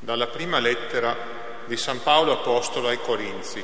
Dalla prima lettera di San Paolo Apostolo ai Corinzi.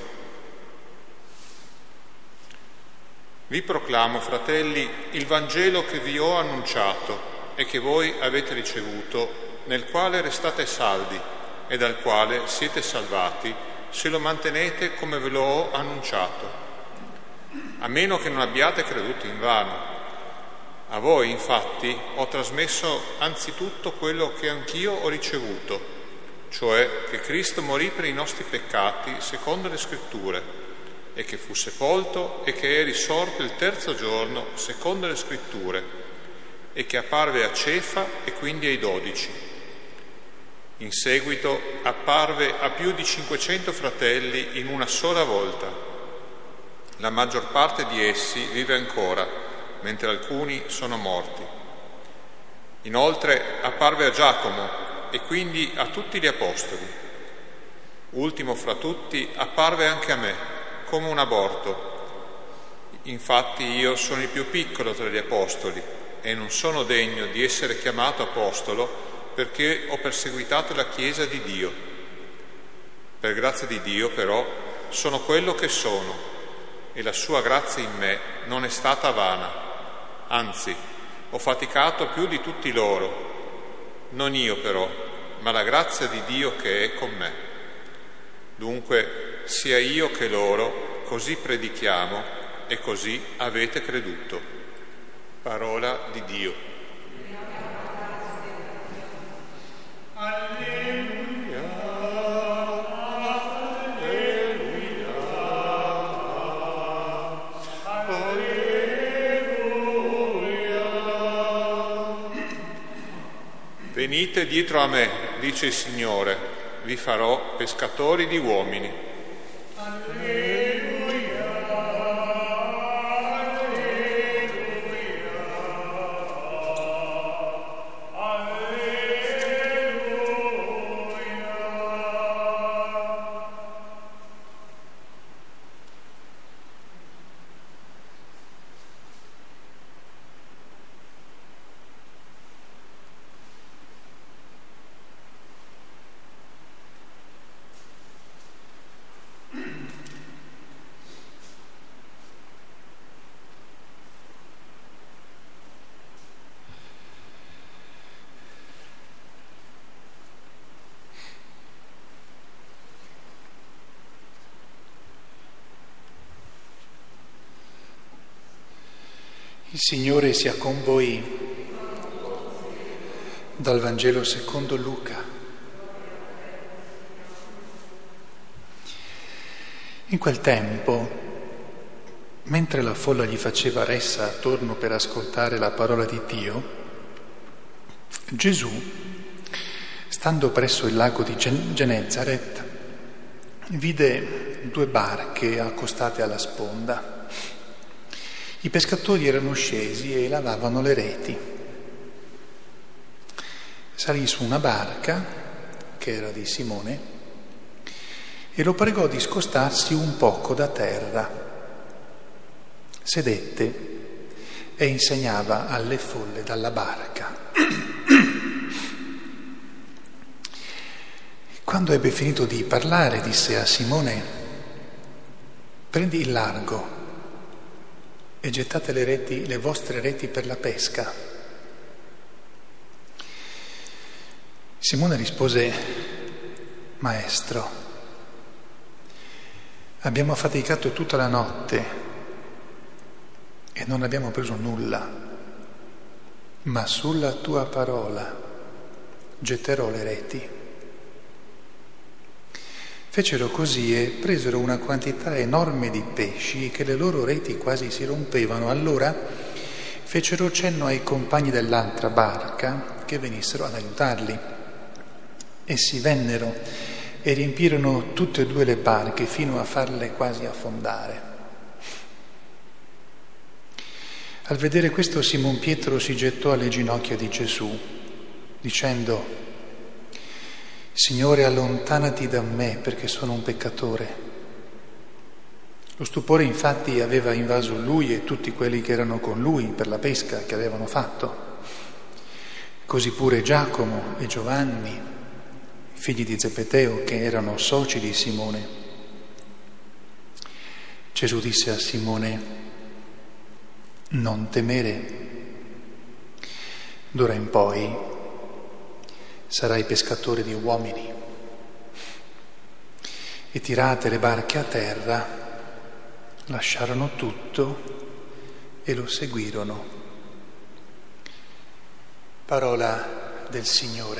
Vi proclamo, fratelli, il Vangelo che vi ho annunciato e che voi avete ricevuto, nel quale restate saldi e dal quale siete salvati, se lo mantenete come ve lo ho annunciato, a meno che non abbiate creduto invano. A voi, infatti, ho trasmesso anzitutto quello che anch'io ho ricevuto, cioè che Cristo morì per i nostri peccati secondo le Scritture, e che fu sepolto e che è risorto il terzo giorno secondo le Scritture, e che apparve a Cefa e quindi ai 12. In seguito apparve a più di 500 fratelli in una sola volta. La maggior parte di essi vive ancora, mentre alcuni sono morti. Inoltre apparve a Giacomo e quindi a tutti gli apostoli. Ultimo fra tutti apparve anche a me, come un aborto. Infatti io sono il più piccolo tra gli apostoli e non sono degno di essere chiamato apostolo perché ho perseguitato la Chiesa di Dio. Per grazia di Dio, però, sono quello che sono, e la sua grazia in me non è stata vana. Anzi, ho faticato più di tutti loro. Non io però, ma la grazia di Dio che è con me. Dunque, sia io che loro, così predichiamo e così avete creduto. Parola di Dio. Alleluia, alleluia, alleluia. Venite dietro a me, dice il Signore, vi farò pescatori di uomini. Alleluia, alleluia, alleluia. Il Signore sia con voi. Dal Vangelo secondo Luca. In quel tempo, mentre la folla gli faceva ressa attorno per ascoltare la parola di Dio, Gesù, stando presso il lago di Genezaret, vide 2 barche accostate alla sponda. I pescatori erano scesi e lavavano le reti. Salì su una barca, che era di Simone, e lo pregò di scostarsi un poco da terra. Sedette e insegnava alle folle dalla barca. Quando ebbe finito di parlare, disse a Simone: prendi il largo e gettate le vostre reti per la pesca. Simone rispose: Maestro, abbiamo faticato tutta la notte e non abbiamo preso nulla, ma sulla tua parola getterò le reti. Fecero così e presero una quantità enorme di pesci che le loro reti quasi si rompevano. Allora fecero cenno ai compagni dell'altra barca che venissero ad aiutarli. Essi vennero e riempirono tutte e 2 le barche fino a farle quasi affondare. Al vedere questo, Simon Pietro si gettò alle ginocchia di Gesù, dicendo: Signore, allontanati da me perché sono un peccatore. Lo stupore infatti aveva invaso lui e tutti quelli che erano con lui per la pesca che avevano fatto. Così pure Giacomo e Giovanni, figli di Zebedeo, che erano soci di Simone. Gesù disse a Simone: non temere, d'ora in poi sarai pescatore di uomini. E tirate le barche a terra, lasciarono tutto e lo seguirono. Parola del Signore.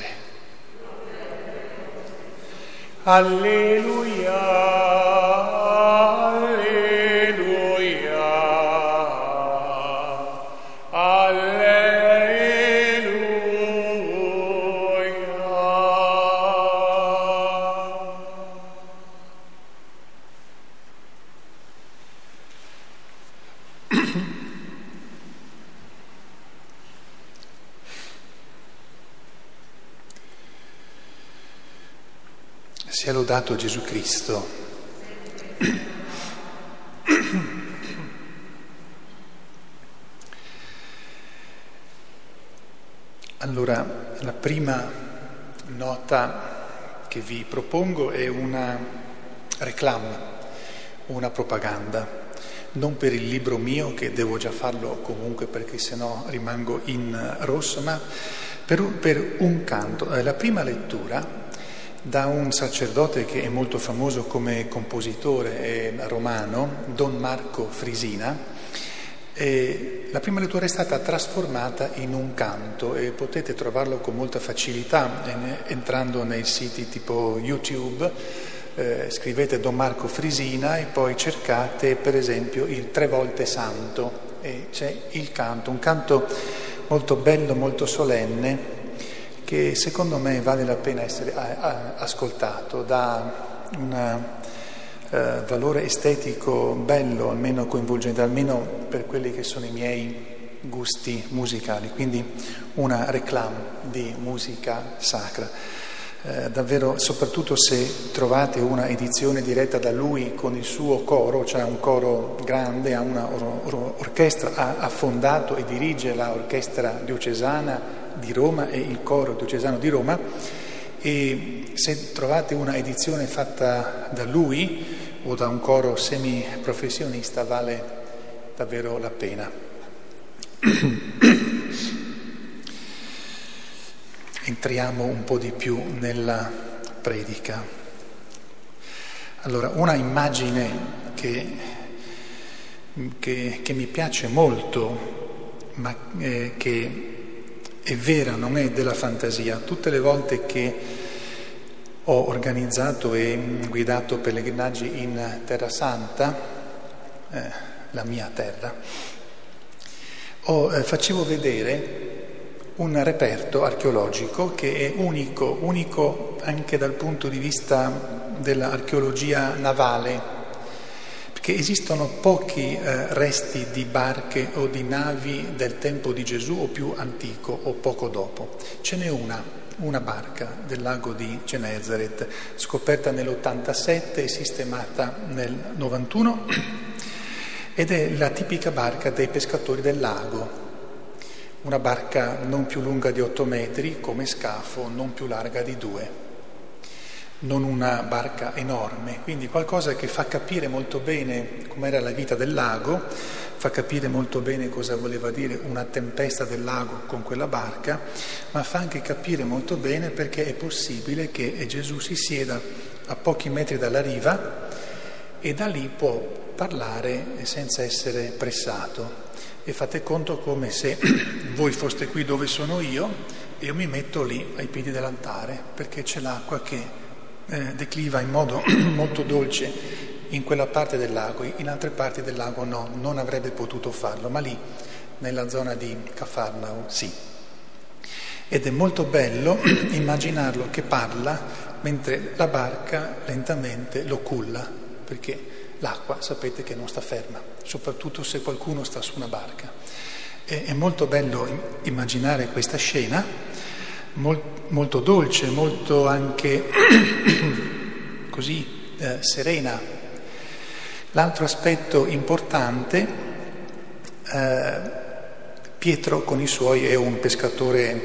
Alleluia, alleluia, alleluia. Sia lodato Gesù Cristo. Allora, la prima nota che vi propongo è una reclame, una propaganda. Non per il libro mio, che devo già farlo comunque perché sennò rimango in rosso, ma per un canto. La prima lettura da un sacerdote che è molto famoso come compositore romano, Don Marco Frisina. La prima lettura è stata trasformata in un canto e potete trovarlo con molta facilità entrando nei siti tipo YouTube. Scrivete Don Marco Frisina e poi cercate per esempio il Tre volte santo e c'è il canto, un canto molto bello, molto solenne, che secondo me vale la pena essere ascoltato, dà un valore estetico bello, almeno coinvolgente, almeno per quelli che sono i miei gusti musicali, quindi una reclame di musica sacra. Davvero, soprattutto se trovate una edizione diretta da lui con il suo coro, cioè un coro grande, ha una orchestra, ha fondato e dirige l'orchestra diocesana di Roma e il coro diocesano di Roma, e se trovate una edizione fatta da lui o da un coro semiprofessionista vale davvero la pena. Entriamo un po' di più nella predica. Allora, una immagine che mi piace molto, ma che è vera, non è della fantasia. Tutte le volte che ho organizzato e guidato pellegrinaggi in Terra Santa, la mia terra, facevo vedere un reperto archeologico che è unico anche dal punto di vista dell'archeologia navale, perché esistono pochi resti di barche o di navi del tempo di Gesù o più antico o poco dopo. Ce n'è una barca del lago di Genesaret, scoperta nell'87 e sistemata nel 91, ed è la tipica barca dei pescatori del lago. Una barca non più lunga di 8 metri come scafo, non più larga di 2, non una barca enorme, quindi qualcosa che fa capire molto bene com'era la vita del lago, fa capire molto bene cosa voleva dire una tempesta del lago con quella barca, ma fa anche capire molto bene perché è possibile che Gesù si sieda a pochi metri dalla riva e da lì può parlare senza essere pressato. E fate conto come se voi foste qui dove sono io e io mi metto lì ai piedi dell'altare, perché c'è l'acqua che decliva in modo molto dolce in quella parte del lago, in altre parti del lago no, non avrebbe potuto farlo, ma lì nella zona di Cafarnao sì. Ed è molto bello immaginarlo che parla mentre la barca lentamente lo culla, perché l'acqua sapete che non sta ferma, soprattutto se qualcuno sta su una barca. È molto bello immaginare questa scena, molto dolce, molto anche così serena. L'altro aspetto importante, Pietro con i suoi è un pescatore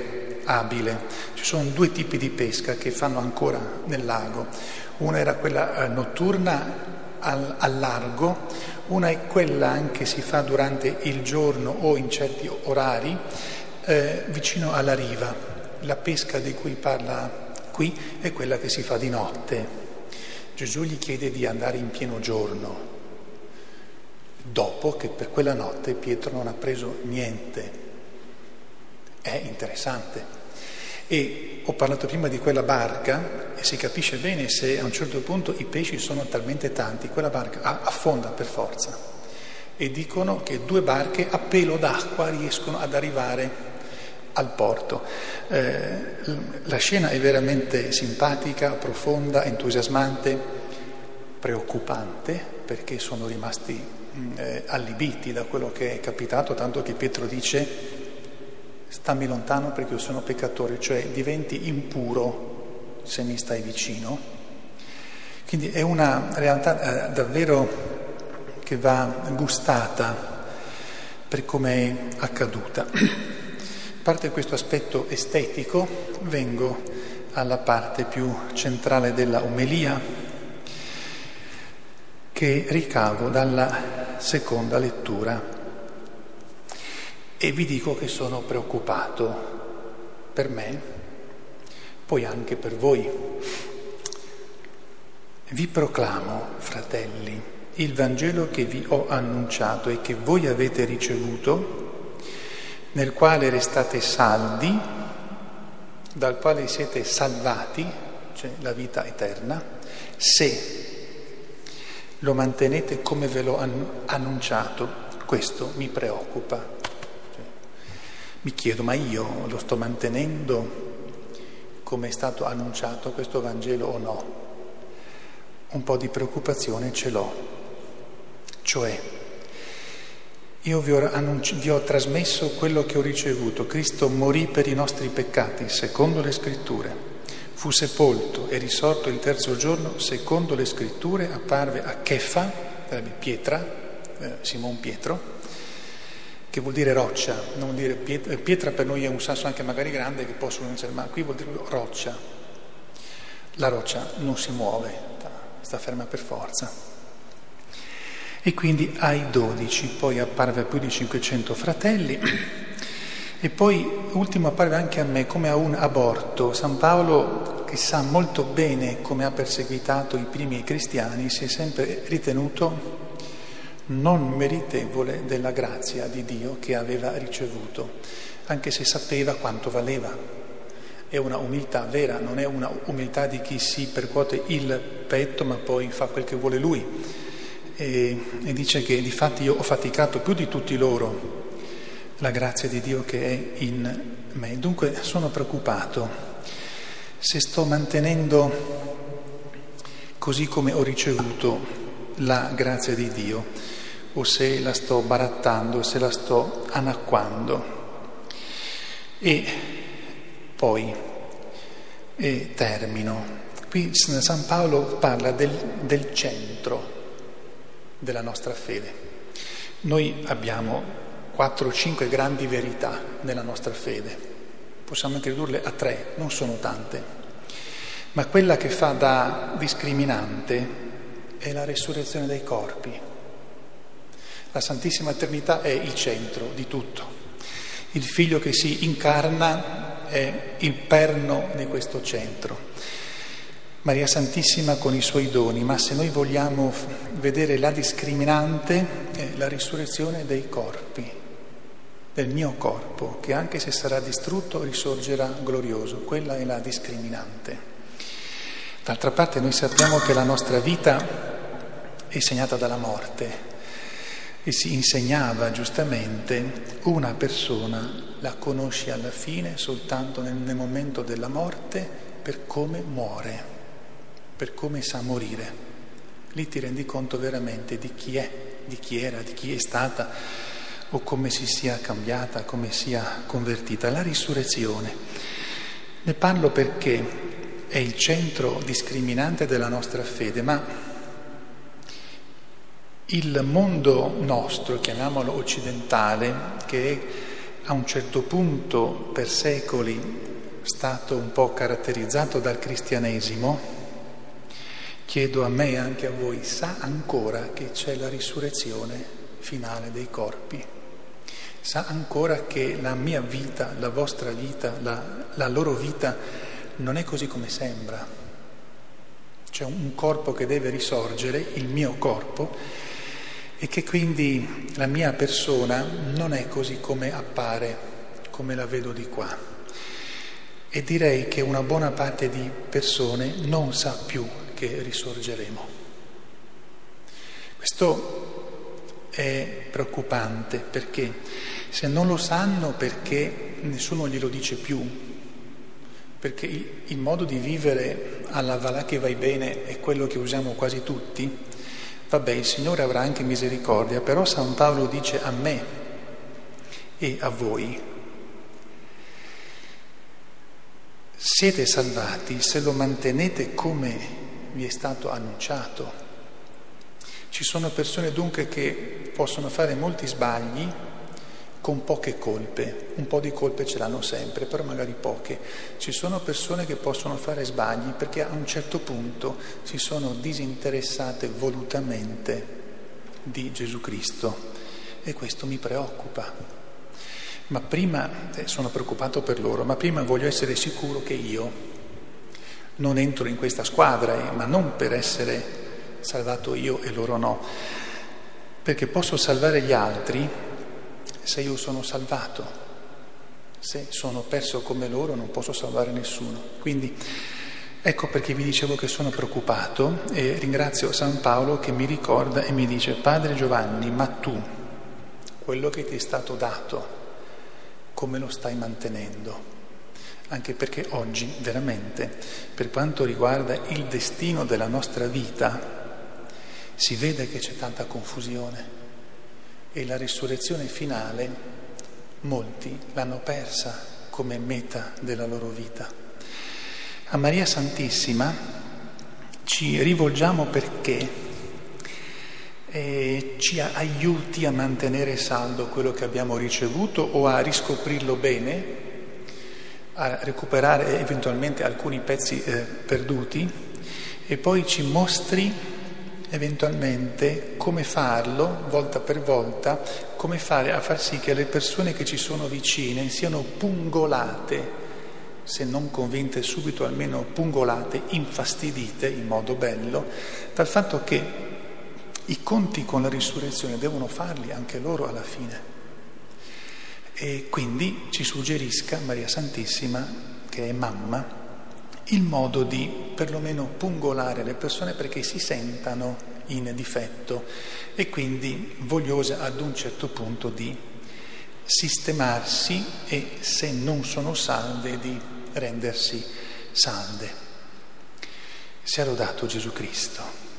abile. Ci sono due tipi di pesca che fanno ancora nel lago. Una era quella notturna al largo, una è quella anche si fa durante il giorno o in certi orari vicino alla riva. La pesca di cui parla qui è quella che si fa di notte. Gesù gli chiede di andare in pieno giorno, dopo che per quella notte Pietro non ha preso niente. È interessante. E ho parlato prima di quella barca e si capisce bene se a un certo punto i pesci sono talmente tanti, quella barca affonda per forza. E dicono che 2 barche a pelo d'acqua riescono ad arrivare al porto. La scena è veramente simpatica, profonda, entusiasmante, preoccupante, perché sono rimasti allibiti da quello che è capitato, tanto che Pietro dice: stammi lontano perché io sono peccatore, cioè diventi impuro se mi stai vicino. Quindi è una realtà davvero che va gustata per come è accaduta. A parte questo aspetto estetico, vengo alla parte più centrale della omelia, che ricavo dalla seconda lettura. E vi dico che sono preoccupato per me, poi anche per voi. Vi proclamo, fratelli, il Vangelo che vi ho annunciato e che voi avete ricevuto, nel quale restate saldi, dal quale siete salvati, cioè la vita eterna, se lo mantenete come ve l'ho annunciato. Questo mi preoccupa. Mi chiedo, ma io lo sto mantenendo come è stato annunciato questo Vangelo o no? Un po' di preoccupazione ce l'ho. Cioè, io vi ho trasmesso quello che ho ricevuto. Cristo morì per i nostri peccati, secondo le Scritture. Fu sepolto e risorto il 3° giorno, secondo le Scritture, apparve a Chefa, Pietra, Simon Pietro, che vuol dire roccia, non vuol dire pietra. Per noi è un sasso anche magari grande che possono essere, ma qui vuol dire roccia. La roccia non si muove, sta ferma per forza. E quindi ai 12, poi apparve a più di 500 fratelli, e poi ultimo apparve anche a me come a un aborto. San Paolo, che sa molto bene come ha perseguitato i primi cristiani, si è sempre ritenuto non meritevole della grazia di Dio che aveva ricevuto, anche se sapeva quanto valeva. È una umiltà vera, non è una umiltà di chi si percuote il petto ma poi fa quel che vuole lui. E dice che difatti io ho faticato più di tutti loro la grazia di Dio che è in me. Dunque sono preoccupato se sto mantenendo così come ho ricevuto la grazia di Dio, o se la sto barattando, se la sto anacquando. E poi termino. Qui San Paolo parla del centro della nostra fede. Noi abbiamo 4 o 5 grandi verità nella nostra fede. Possiamo anche ridurle a 3, non sono tante. Ma quella che fa da discriminante è la resurrezione dei corpi. La Santissima Trinità è il centro di tutto. Il Figlio che si incarna è il perno di questo centro. Maria Santissima con i suoi doni, ma se noi vogliamo vedere la discriminante è la risurrezione dei corpi, del mio corpo, che anche se sarà distrutto risorgerà glorioso. Quella è la discriminante. D'altra parte noi sappiamo che la nostra vita è segnata dalla morte. E si insegnava giustamente, una persona la conosci alla fine soltanto nel momento della morte per come muore, per come sa morire. Lì ti rendi conto veramente di chi è, di chi era, di chi è stata o come si sia cambiata, come sia convertita. La risurrezione. Ne parlo perché è il centro discriminante della nostra fede, ma il mondo nostro, chiamiamolo occidentale, che a un certo punto per secoli stato un po' caratterizzato dal cristianesimo, chiedo a me e anche a voi, sa ancora che c'è la risurrezione finale dei corpi? Sa ancora che la mia vita, la vostra vita, la loro vita non è così come sembra? C'è un corpo che deve risorgere, il mio corpo, e che quindi la mia persona non è così come appare, come la vedo di qua. E direi che una buona parte di persone non sa più che risorgeremo. Questo è preoccupante, perché se non lo sanno, perché nessuno glielo dice più, perché il modo di vivere alla va là che vai bene è quello che usiamo quasi tutti. Vabbè, il Signore avrà anche misericordia, però San Paolo dice a me e a voi: siete salvati se lo mantenete come vi è stato annunciato. Ci sono persone dunque che possono fare molti sbagli con poche colpe, un po' di colpe ce l'hanno sempre, però magari poche. Ci sono persone che possono fare sbagli perché a un certo punto si sono disinteressate volutamente di Gesù Cristo, e questo mi preoccupa. Ma prima, sono preoccupato per loro, ma prima voglio essere sicuro che io non entro in questa squadra, ma non per essere salvato io e loro no, perché posso salvare gli altri se io sono salvato. Se sono perso come loro non posso salvare nessuno. Quindi ecco perché vi dicevo che sono preoccupato, e ringrazio San Paolo che mi ricorda e mi dice: Padre Giovanni, ma tu, quello che ti è stato dato, come lo stai mantenendo? Anche perché oggi veramente, per quanto riguarda il destino della nostra vita, si vede che c'è tanta confusione, e la risurrezione finale molti l'hanno persa come meta della loro vita. A Maria Santissima ci rivolgiamo perché ci aiuti a mantenere saldo quello che abbiamo ricevuto, o a riscoprirlo bene, a recuperare eventualmente alcuni pezzi perduti, e poi ci mostri eventualmente come farlo volta per volta, come fare a far sì che le persone che ci sono vicine siano pungolate, se non convinte subito, almeno pungolate, infastidite in modo bello, dal fatto che i conti con la risurrezione devono farli anche loro alla fine. E quindi ci suggerisca Maria Santissima, che è mamma, il modo di perlomeno pungolare le persone perché si sentano in difetto, e quindi vogliose ad un certo punto di sistemarsi, e se non sono salde di rendersi salde. Sia lodato Gesù Cristo.